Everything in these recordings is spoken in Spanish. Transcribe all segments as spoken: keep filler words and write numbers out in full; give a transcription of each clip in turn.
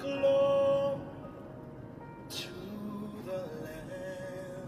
Glory to the Lamb.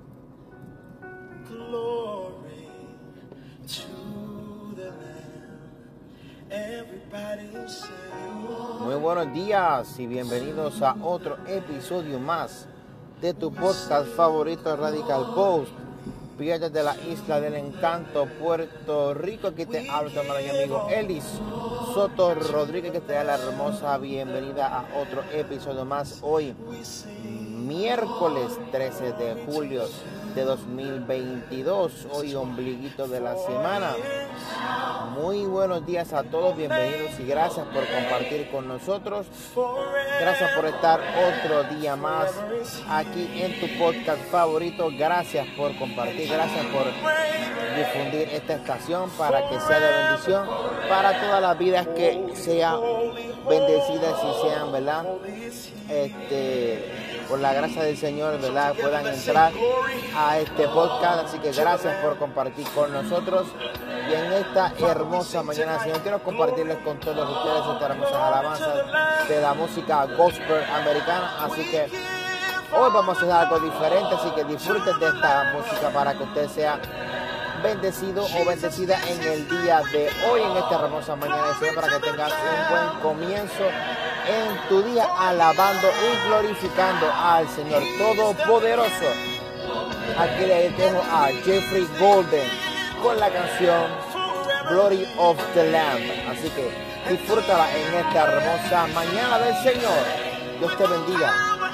Glory to the Lamb. Everybody say, muy buenos días y bienvenidos a otro episodio más de tu podcast favorito Radical Post. Fíjate de la isla del encanto, Puerto Rico. Aquí te hablo tu hermano y amigo Elis Soto Rodríguez, que te da la hermosa bienvenida a otro episodio más. Hoy, miércoles trece de julio de dos mil veintidós, hoy ombliguito de la semana. Muy buenos días a todos, bienvenidos y gracias por compartir con nosotros. Gracias por estar otro día más aquí en tu podcast favorito. Gracias por compartir, gracias por difundir esta estación para que sea de bendición para todas las vidas que sean bendecidas y sean, ¿verdad? Este, por la gracia del Señor, ¿verdad? Puedan entrar a este podcast. Así que gracias por compartir con nosotros. Y en esta hermosa mañana, Señor, quiero compartirles con todos ustedes estas hermosas alabanzas de la música gospel americana. Así que hoy vamos a hacer algo diferente, así que disfruten de esta música para que usted sea bendecido o bendecida en el día de hoy, en esta hermosa mañana, Señor, para que tengas un buen comienzo en tu día, alabando y glorificando al Señor Todopoderoso. Aquí le dejo a Jeffrey Golden con la canción Glory of the Lamb. Así que disfrútala en esta hermosa mañana del Señor. Dios te bendiga.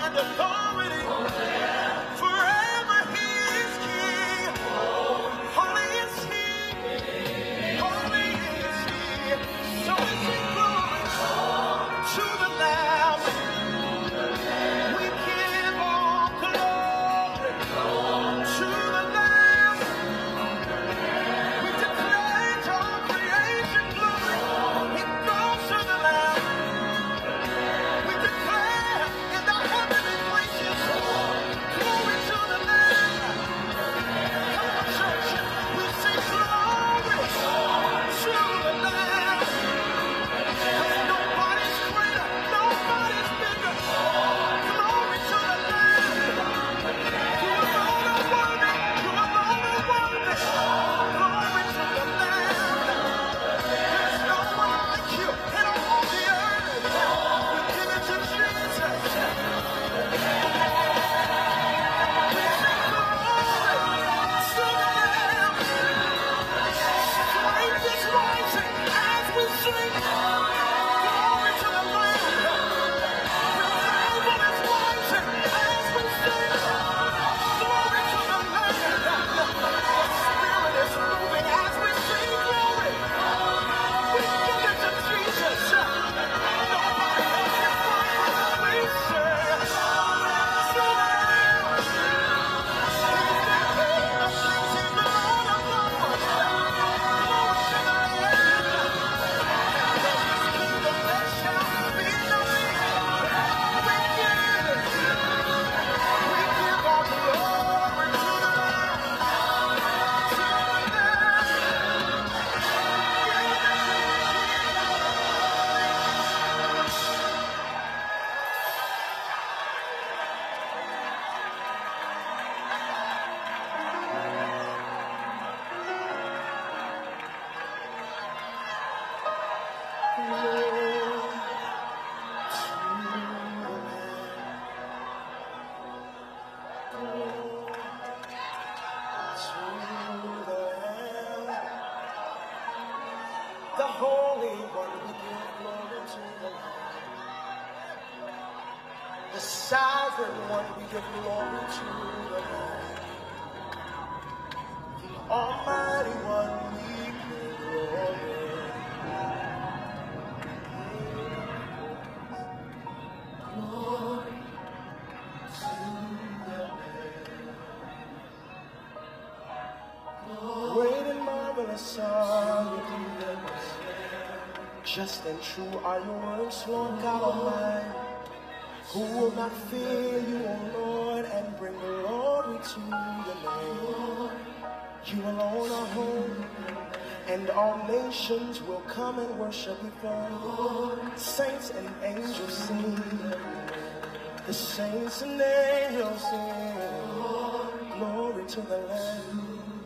the Holy One, we give glory to the Lamb. The Sovereign One, we give glory to the Lamb. The Almighty One, we give glory. Glory to the Lamb. Great and marvelous are your deeds. Just and true are your words, Lord God Almighty. Who will not fear you, O Lord, and bring glory to your name? You alone are holy, And all nations will come and worship before him. Saints and angels sing. The saints and angels sing. Glory to the Lamb.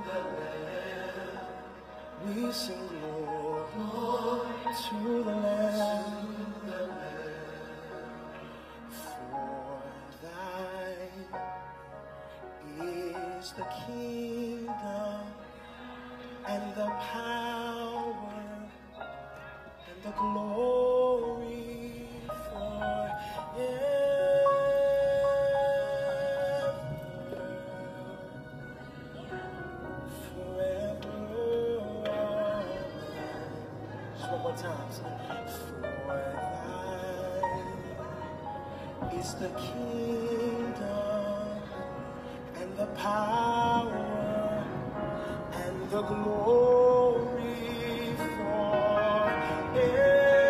We sing glory to the Lamb. For thine is the kingdom and the power and the glory forever. Times. For thine is the kingdom and the power and the glory forever.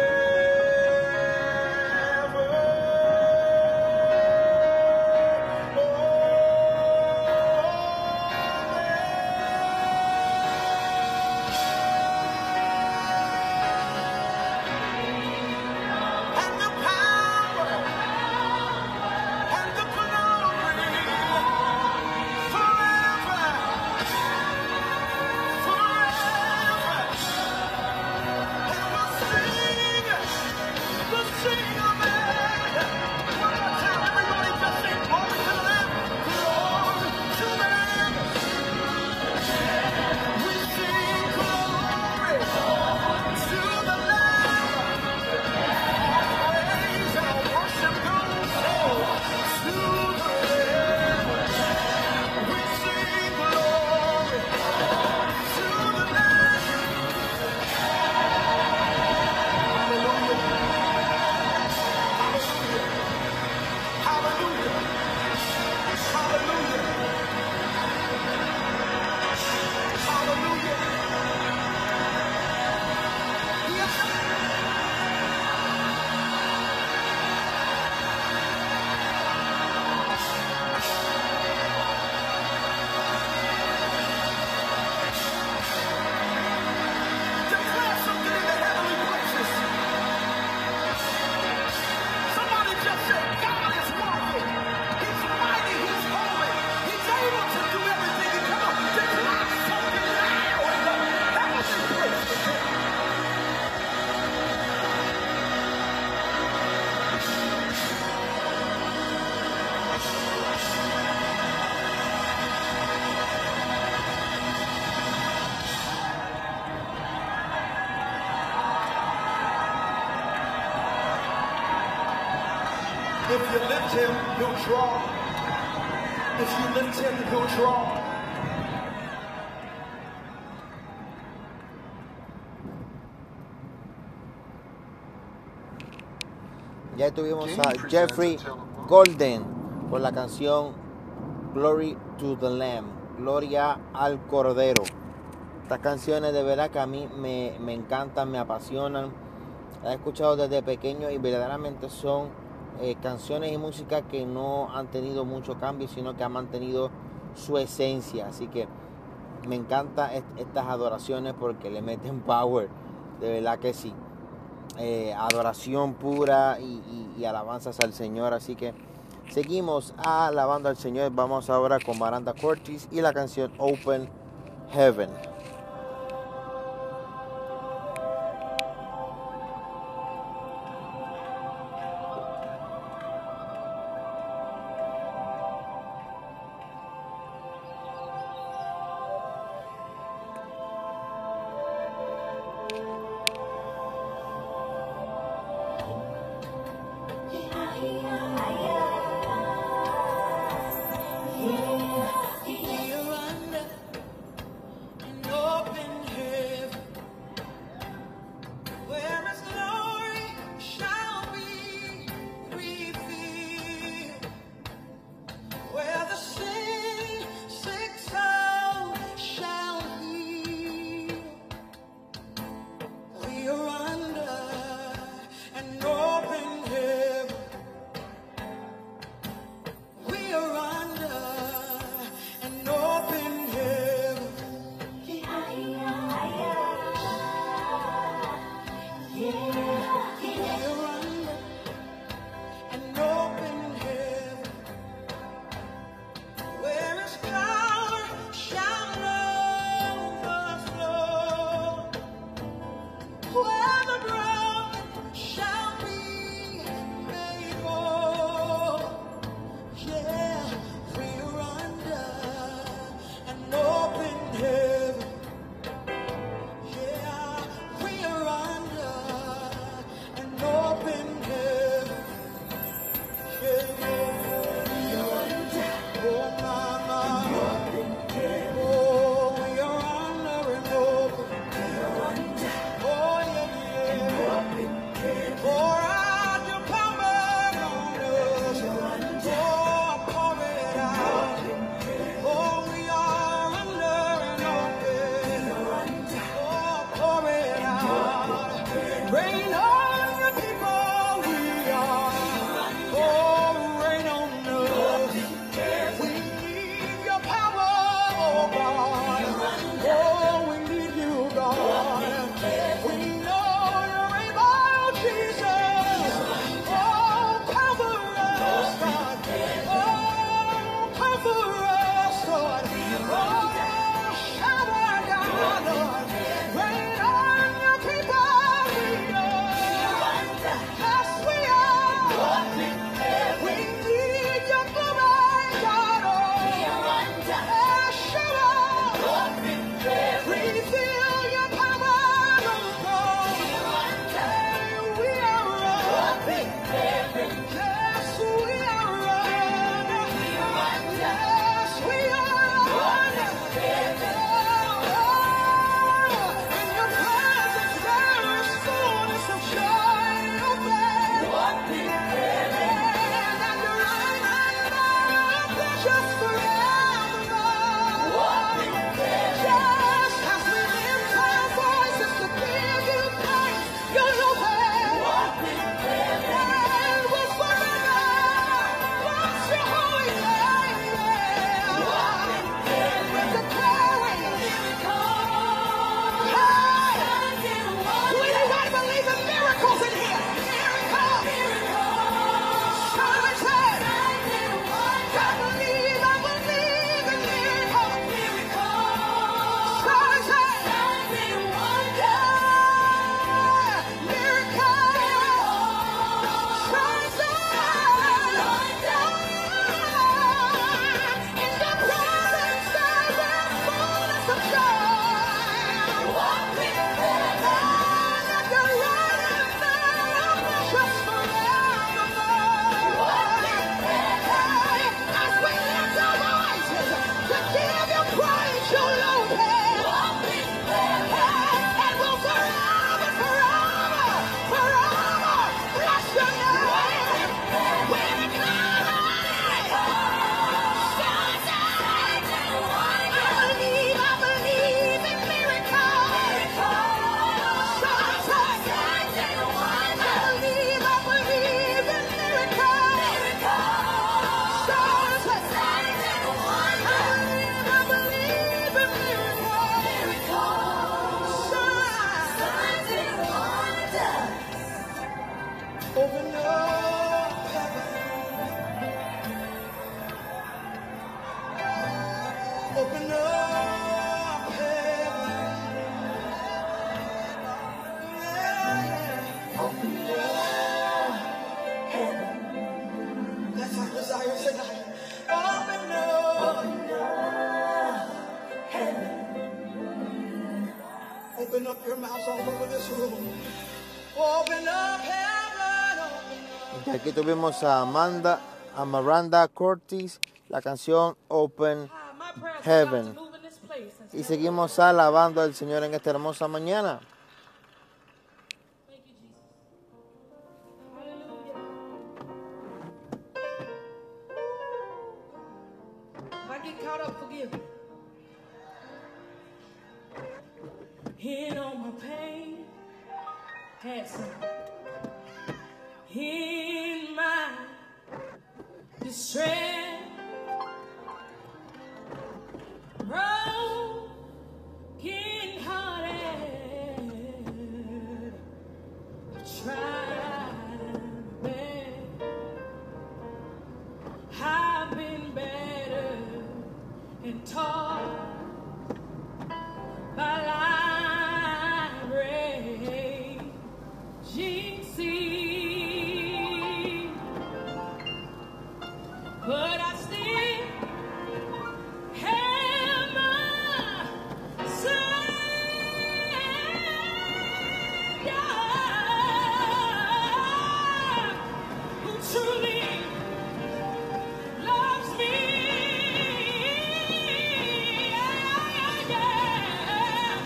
If you lift him, he'll draw. If you lift him, he'll draw. Ya tuvimos a Jeffrey Golden con la canción Glory to the Lamb, Gloria al Cordero. Estas canciones de verdad que a mí me, me encantan, me apasionan. Las he escuchado desde pequeño y verdaderamente son eh, canciones y música que no han tenido mucho cambio, sino que han mantenido su esencia. Así que me encantan est- estas adoraciones porque le meten power, de verdad que sí. Eh, adoración pura y, y, y alabanzas al Señor. Así que seguimos alabando al Señor. Vamos ahora con Miranda Curtis y la canción Open Heaven. You're under Open up heaven. Open up heaven. Yeah. Open up heaven. That's our desire tonight. Open up. Open up heaven. Open up your mouths all over this room. Open up heaven. Open up. Y aquí tuvimos a Amanda, a Miranda Curtis, la canción Open Heaven. Y seguimos alabando al Señor en esta hermosa mañana. If I get caught up, forgive me. In all my pain, had some. In my distress, broken hearted, tried bad. I've been battered and taught by life raging sea, but I still have my Savior, who truly loves me. Yeah, yeah.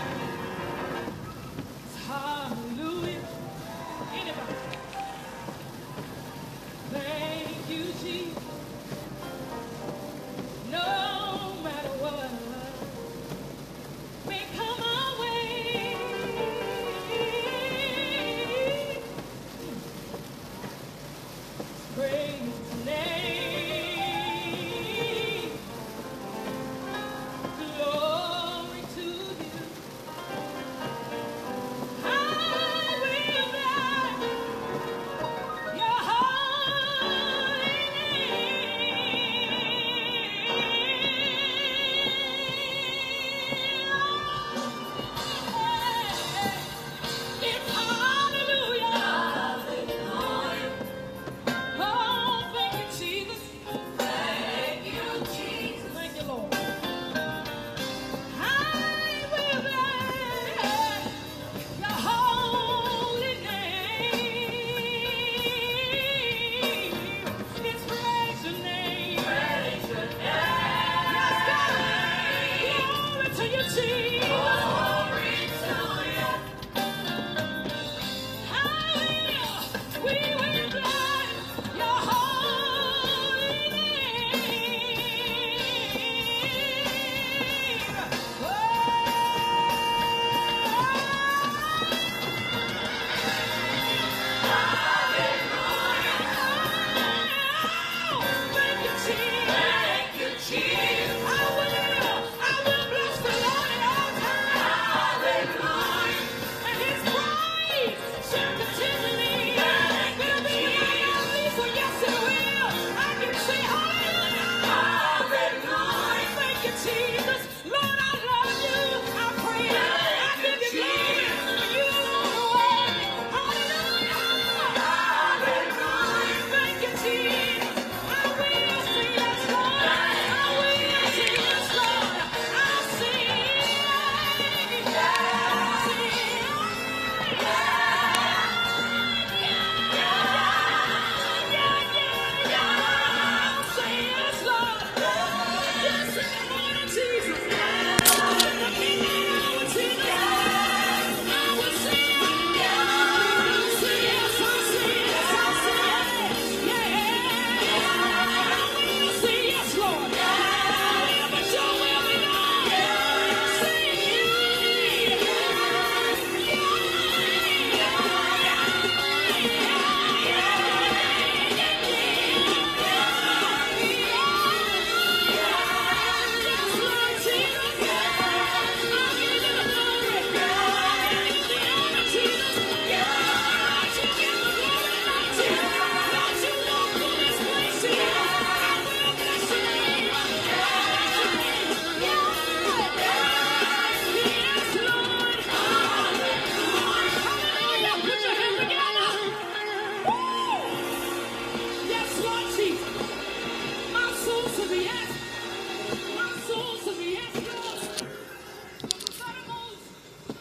Hallelujah. Anybody? Thank you, Jesus. No matter what may come our way, praise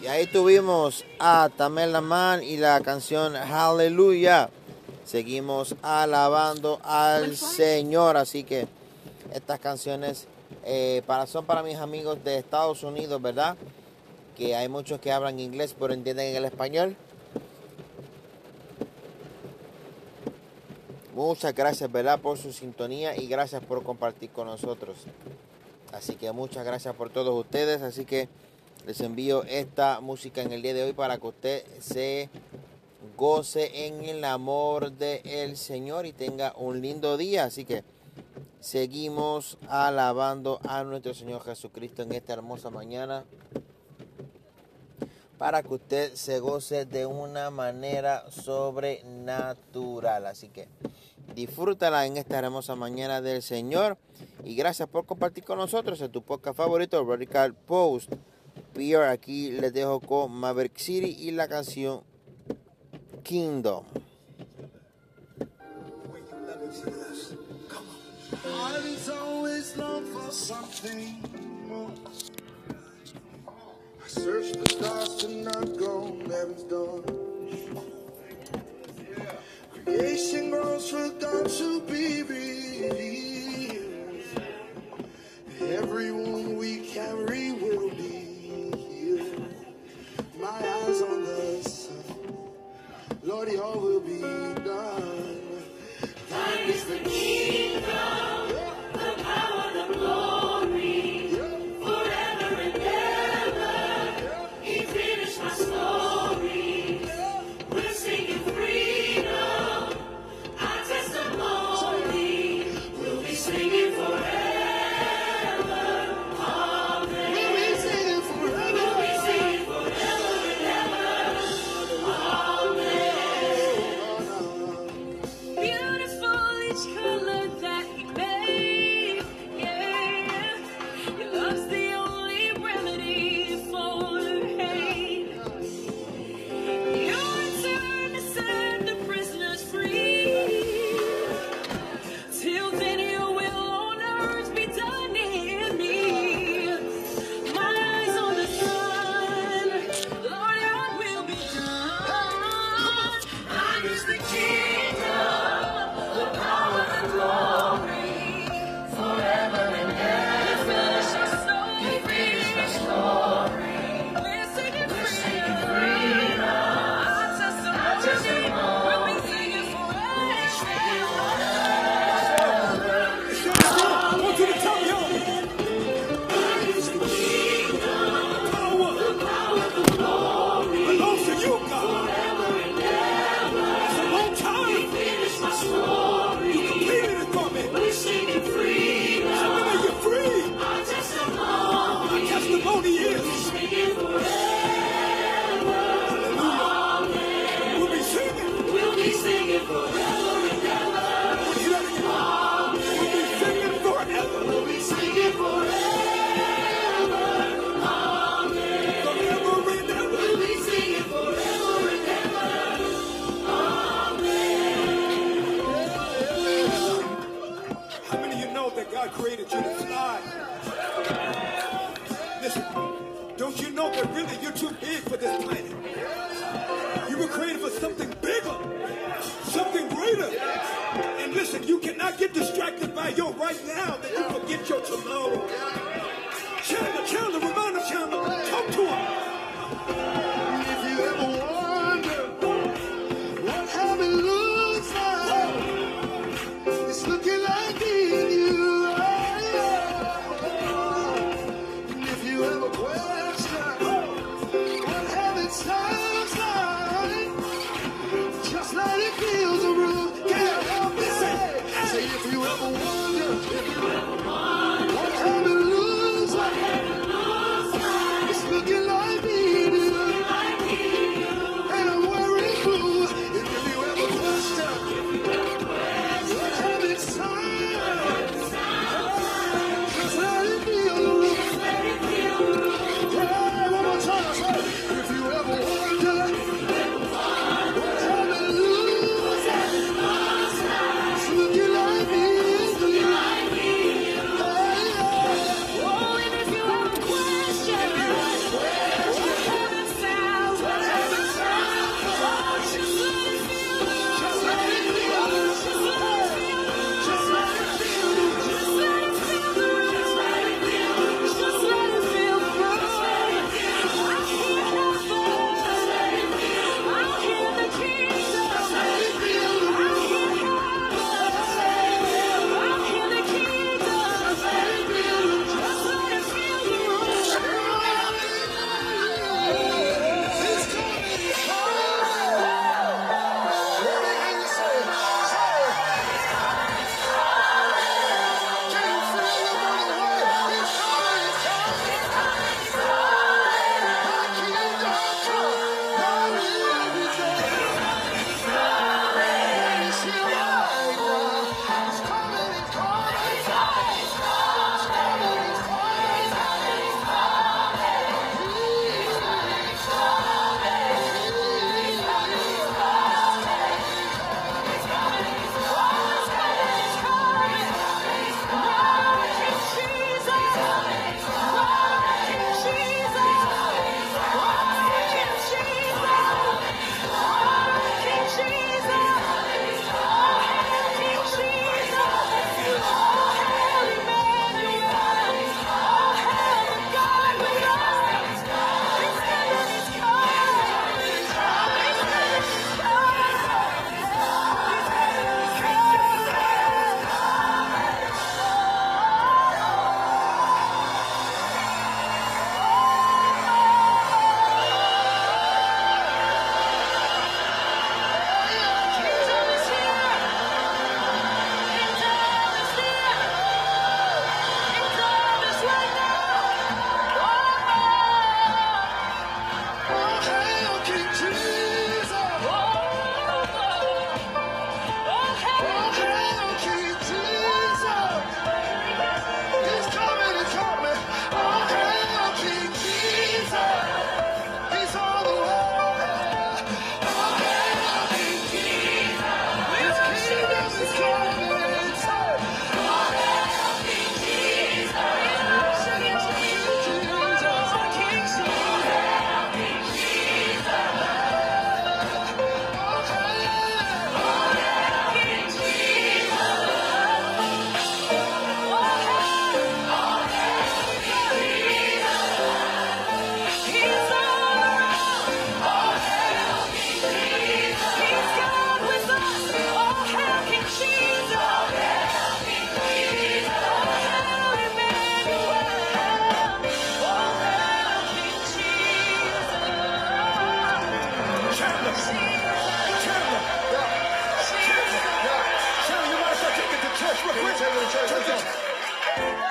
ahí tuvimos a Tamela Mann y la canción Hallelujah. Seguimos alabando al Señor. Así que estas canciones eh, para, son para mis amigos de Estados Unidos, ¿verdad? Que hay muchos que hablan inglés pero entienden el español. Muchas gracias, ¿verdad? Por su sintonía y gracias por compartir con nosotros. Así que muchas gracias por todos ustedes. Así que les envío esta música en el día de hoy para que usted se goce en el amor del Señor y tenga un lindo día. Así que seguimos alabando a nuestro Señor Jesucristo en esta hermosa mañana para que usted se goce de una manera sobrenatural. Así que disfrútala en esta hermosa mañana del Señor. Y gracias por compartir con nosotros en tu podcast favorito, Radical Post. Pierre, aquí les dejo con Maverick City y la canción Kingdom. Heart is always long for something more. I search the stars to not go, heaven's door. Creation grows for God to be revealed. Every wound we carry will be healed. My eyes on the sun, Lord, your will be done. Thine is the kingdom, the power, the glory, forever and ever. He finished my story. We're singing freedom, our testimony. We'll be singing forever. Amen. We'll be singing forever. We'll be singing forever and ever. Amen. Beautiful each color that he made, yeah. Your love's the only remedy for hate. Your turn to set the prisoners free. Till then your will on earth be done in me. My eyes on the sun, Lord, your will be done. Thine is the kingdom, the power and glory, forever and ever. He finished our story. He finished our story. We're singing freedom. Our testimony. We'll be singing forever. I want you to tell me, yo, Thine is the kingdom, power the power, the glory, belongs to you, God. forever and ever. It's a long time. Finish my story. You completed it for me. We're singing freedom. So now you're free. Our testimony. My testimony is, Singing forever. hallelujah, we'll be singing. We'll be singing forever and ever. You know it again. We'll be singing forever. We'll be singing forever. Amen. Forever and ever. We'll be singing forever and ever. Amen. How many of you know that God created you to fly? Listen, don't you know that really you're too big for this planet? You were created for something bigger, something greater. And listen, you cannot get distracted by your right now that you forget your tomorrow. Chandler, Chandler, remind him, Chandler, talk to him. If you ever wonder what heaven looks like, it's looking like me and you. And if you ever question what heaven sounds like, just like it feels a room, can't help me say, say if you ever wonder, if you ever wonder what heaven church, let's go.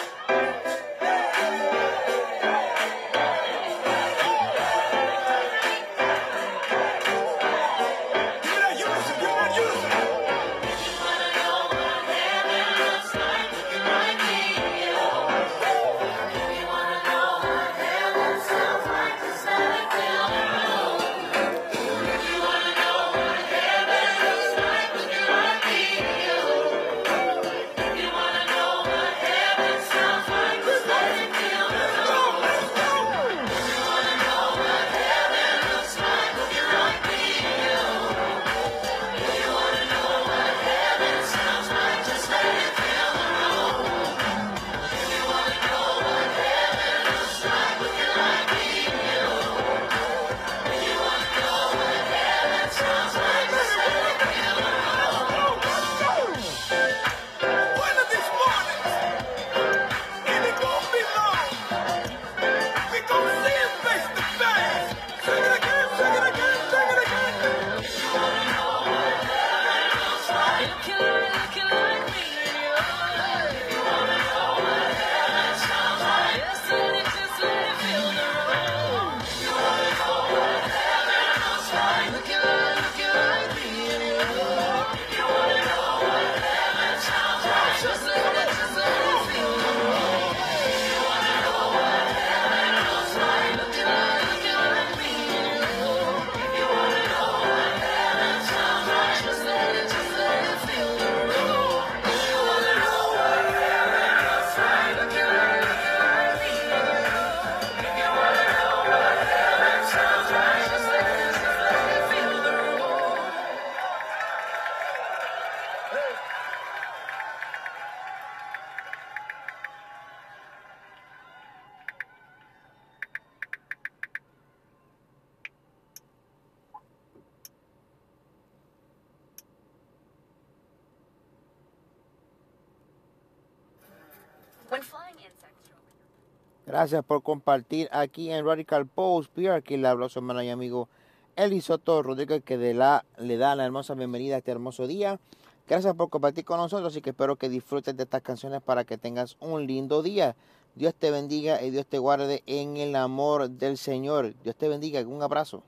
Give me that unison, give me that unison. One of these mornings, and it won't be long, we gonna see him face to face. Sing it again, sing it again, sing it again. Looking like, looking like me. Just let it, just let it feel the room. Looking like, looking like me. Just let it, just let it feel the room. Looking like, looking like me. Just let it, just let it feel the room. Looking like, looking like me. Just let it, just let it feel the room. When flying insects. Gracias por compartir aquí en Radical Post. Pierre, aquí le habló su hermano y amigo Eli Soto Rodríguez, que de la, le da la hermosa bienvenida a este hermoso día. Gracias por compartir con nosotros y que espero que disfrutes de estas canciones para que tengas un lindo día. Dios te bendiga y Dios te guarde en el amor del Señor. Dios te bendiga. Un abrazo.